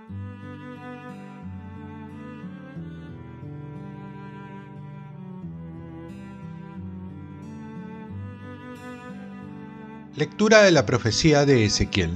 Lectura de la profecía de Ezequiel.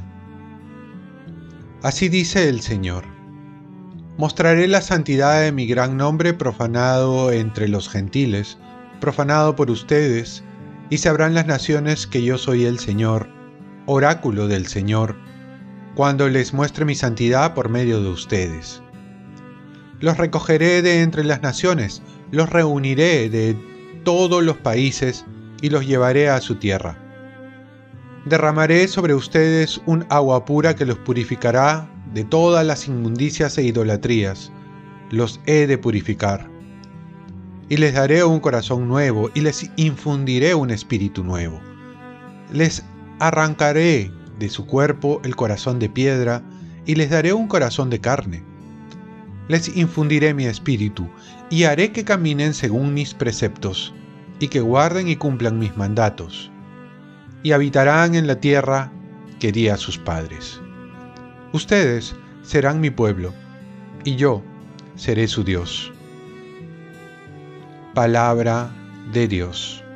Así dice el Señor: mostraré la santidad de mi gran nombre profanado entre los gentiles, profanado por ustedes, y sabrán las naciones que yo soy el Señor, oráculo del Señor, cuando les muestre mi santidad por medio de ustedes. Los recogeré de entre las naciones, los reuniré de todos los países y los llevaré a su tierra. Derramaré sobre ustedes un agua pura que los purificará de todas las inmundicias e idolatrías. Los he de purificar. Y les daré un corazón nuevo y les infundiré un espíritu nuevo. Les arrancaré de su cuerpo el corazón de piedra y les daré un corazón de carne. Les infundiré mi espíritu y haré que caminen según mis preceptos y que guarden y cumplan mis mandatos. Y habitarán en la tierra que di a sus padres. Ustedes serán mi pueblo, y yo seré su Dios. Palabra de Dios.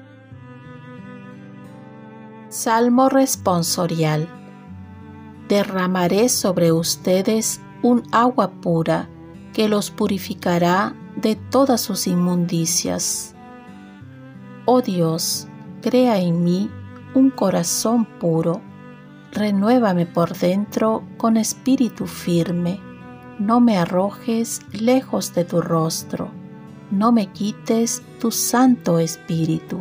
Salmo responsorial. Derramaré sobre ustedes un agua pura que los purificará de todas sus inmundicias. Oh Dios, crea en mí un corazón puro, renuévame por dentro con espíritu firme, no me arrojes lejos de tu rostro, no me quites tu santo espíritu.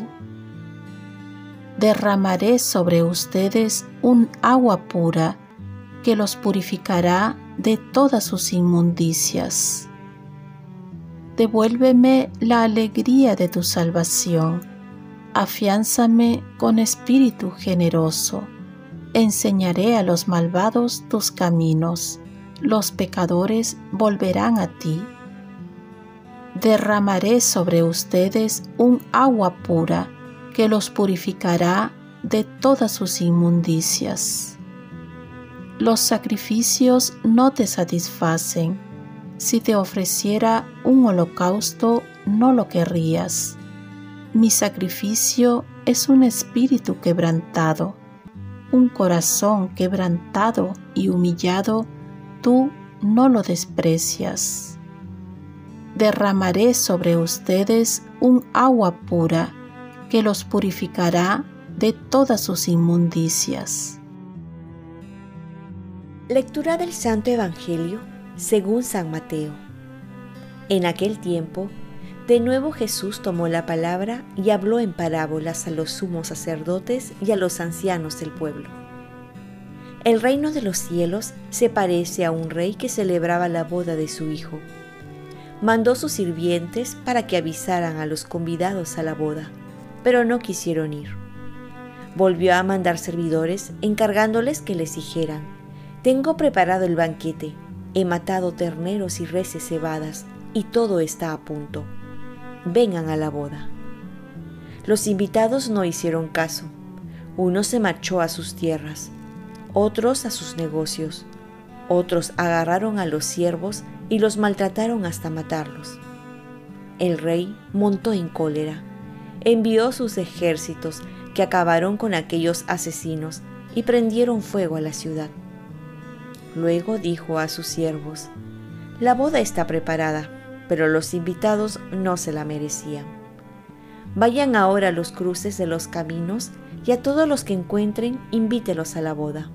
Derramaré sobre ustedes un agua pura que los purificará de todas sus inmundicias. Devuélveme la alegría de tu salvación. Afiánzame con espíritu generoso. Enseñaré a los malvados tus caminos. Los pecadores volverán a ti. Derramaré sobre ustedes un agua pura que los purificará de todas sus inmundicias. Los sacrificios no te satisfacen. Si te ofreciera un holocausto, no lo querrías. Mi sacrificio es un espíritu quebrantado, un corazón quebrantado y humillado, tú no lo desprecias. Derramaré sobre ustedes un agua pura que los purificará de todas sus inmundicias. Lectura del Santo Evangelio según San Mateo. En aquel tiempo, de nuevo Jesús tomó la palabra y habló en parábolas a los sumos sacerdotes y a los ancianos del pueblo. El reino de los cielos se parece a un rey que celebraba la boda de su hijo. Mandó sus sirvientes para que avisaran a los convidados a la boda, pero no quisieron ir. Volvió a mandar servidores encargándoles que les dijeran: «Tengo preparado el banquete, he matado terneros y reses cebadas, y todo está a punto. Vengan a la boda». Los invitados no hicieron caso. Uno se marchó a sus tierras, otros a sus negocios, otros agarraron a los siervos y los maltrataron hasta matarlos. El rey montó en cólera, envió sus ejércitos que acabaron con aquellos asesinos y prendieron fuego a la ciudad. Luego dijo a sus siervos: «La boda está preparada, pero los invitados no se la merecían. Vayan ahora a los cruces de los caminos y a todos los que encuentren, invítelos a la boda».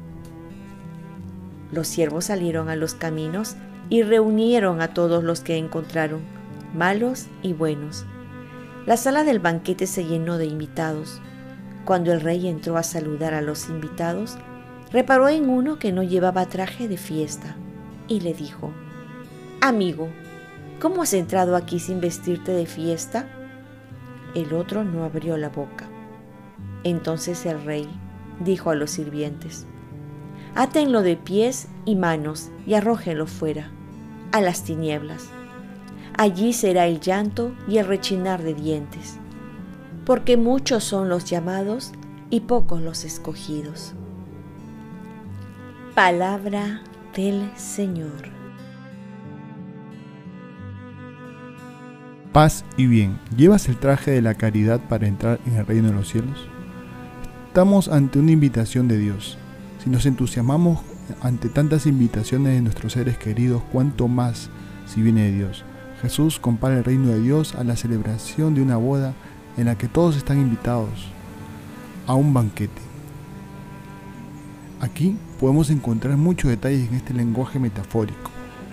Los siervos salieron a los caminos y reunieron a todos los que encontraron, malos y buenos. La sala del banquete se llenó de invitados. Cuando el rey entró a saludar a los invitados, reparó en uno que no llevaba traje de fiesta y le dijo: «Amigo, ¿cómo has entrado aquí sin vestirte de fiesta?». El otro no abrió la boca. Entonces el rey dijo a los sirvientes: «Átenlo de pies y manos y arrójenlo fuera, a las tinieblas. Allí será el llanto y el rechinar de dientes, porque muchos son los llamados y pocos los escogidos». Palabra del Señor. Paz y bien. ¿Llevas el traje de la caridad para entrar en el reino de los cielos? Estamos ante una invitación de Dios. Si nos entusiasmamos ante tantas invitaciones de nuestros seres queridos, ¿cuánto más si viene de Dios? Jesús compara el reino de Dios a la celebración de una boda en la que todos están invitados a un banquete. Aquí podemos encontrar muchos detalles en este lenguaje metafórico.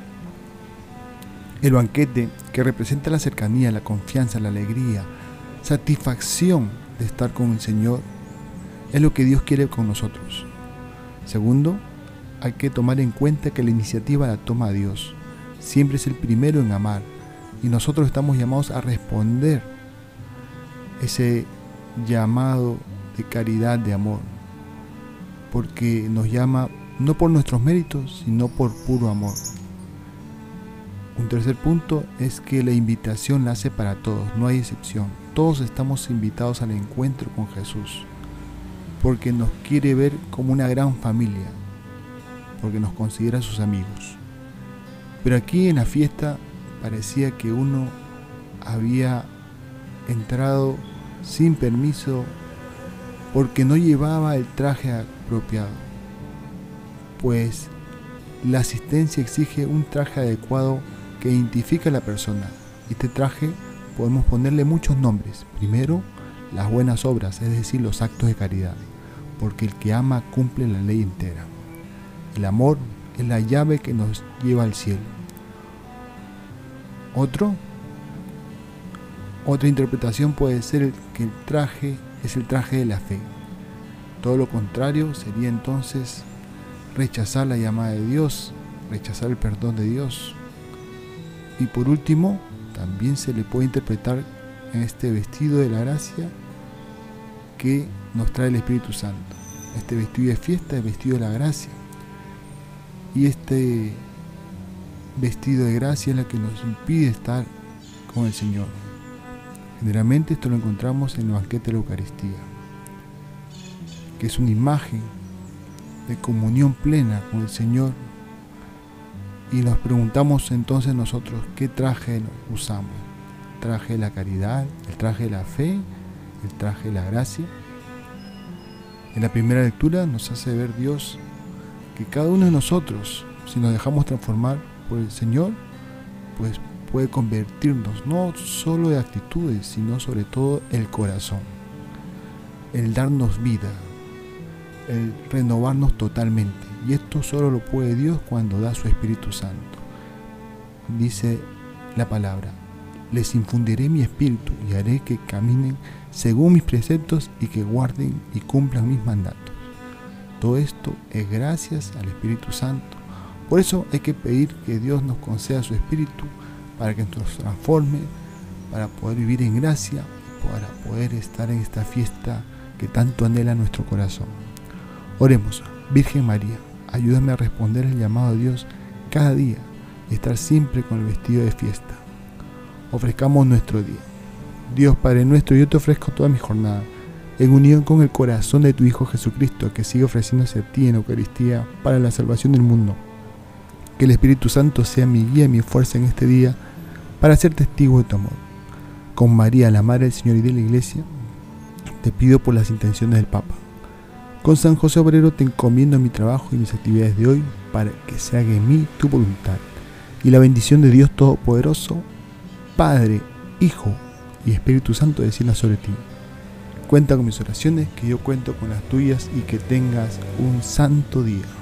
El banquete, que representa la cercanía, la confianza, la alegría, satisfacción de estar con el Señor, es lo que Dios quiere con nosotros. Segundo, hay que tomar en cuenta que la iniciativa la toma Dios. Siempre es el primero en amar y nosotros estamos llamados a responder ese llamado de caridad, de amor, porque nos llama no por nuestros méritos, sino por puro amor. Un tercer punto es que la invitación la hace para todos, no hay excepción. Todos estamos invitados al encuentro con Jesús, porque nos quiere ver como una gran familia, porque nos considera sus amigos. Pero aquí en la fiesta parecía que uno había entrado sin permiso porque no llevaba el traje apropiado, pues la asistencia exige un traje adecuado que identifica a la persona. Este traje podemos ponerle muchos nombres. Primero, las buenas obras, es decir, los actos de caridad, porque el que ama cumple la ley entera. El amor es la llave que nos lleva al cielo. Otra interpretación puede ser que el traje es el traje de la fe. Todo lo contrario sería entonces rechazar la llamada de Dios, rechazar el perdón de Dios. Y por último, también se le puede interpretar en este vestido de la gracia que nos trae el Espíritu Santo. Este vestido de fiesta es vestido de la gracia. Y este vestido de gracia es la que nos impide estar con el Señor. Generalmente esto lo encontramos en el banquete de la Eucaristía, que es una imagen de comunión plena con el Señor. Y nos preguntamos entonces nosotros, ¿qué traje usamos? ¿El traje de la caridad? ¿El traje de la fe? ¿El traje de la gracia? En la primera lectura nos hace ver Dios que cada uno de nosotros, si nos dejamos transformar por el Señor, pues puede convertirnos no solo de actitudes, sino sobre todo el corazón, el darnos vida, el renovarnos totalmente. Y esto solo lo puede Dios cuando da su Espíritu Santo. Dice la palabra: les infundiré mi espíritu y haré que caminen según mis preceptos y que guarden y cumplan mis mandatos. Todo esto es gracias al Espíritu Santo. Por eso hay que pedir que Dios nos conceda su Espíritu para que nos transforme, para poder vivir en gracia, para poder estar en esta fiesta que tanto anhela nuestro corazón. Oremos. Virgen María, ayúdame a responder el llamado de Dios cada día y estar siempre con el vestido de fiesta. Ofrezcamos nuestro día. Dios Padre nuestro, yo te ofrezco toda mi jornada, en unión con el corazón de tu Hijo Jesucristo, que sigue ofreciéndose a ti en Eucaristía para la salvación del mundo. Que el Espíritu Santo sea mi guía y mi fuerza en este día para ser testigo de tu amor. Con María, la Madre del Señor y de la Iglesia, te pido por las intenciones del Papa. Con San José Obrero te encomiendo mi trabajo y mis actividades de hoy para que se haga en mí tu voluntad. Y la bendición de Dios Todopoderoso, Padre, Hijo y Espíritu Santo descienda sobre ti. Cuenta con mis oraciones, que yo cuento con las tuyas y que tengas un santo día.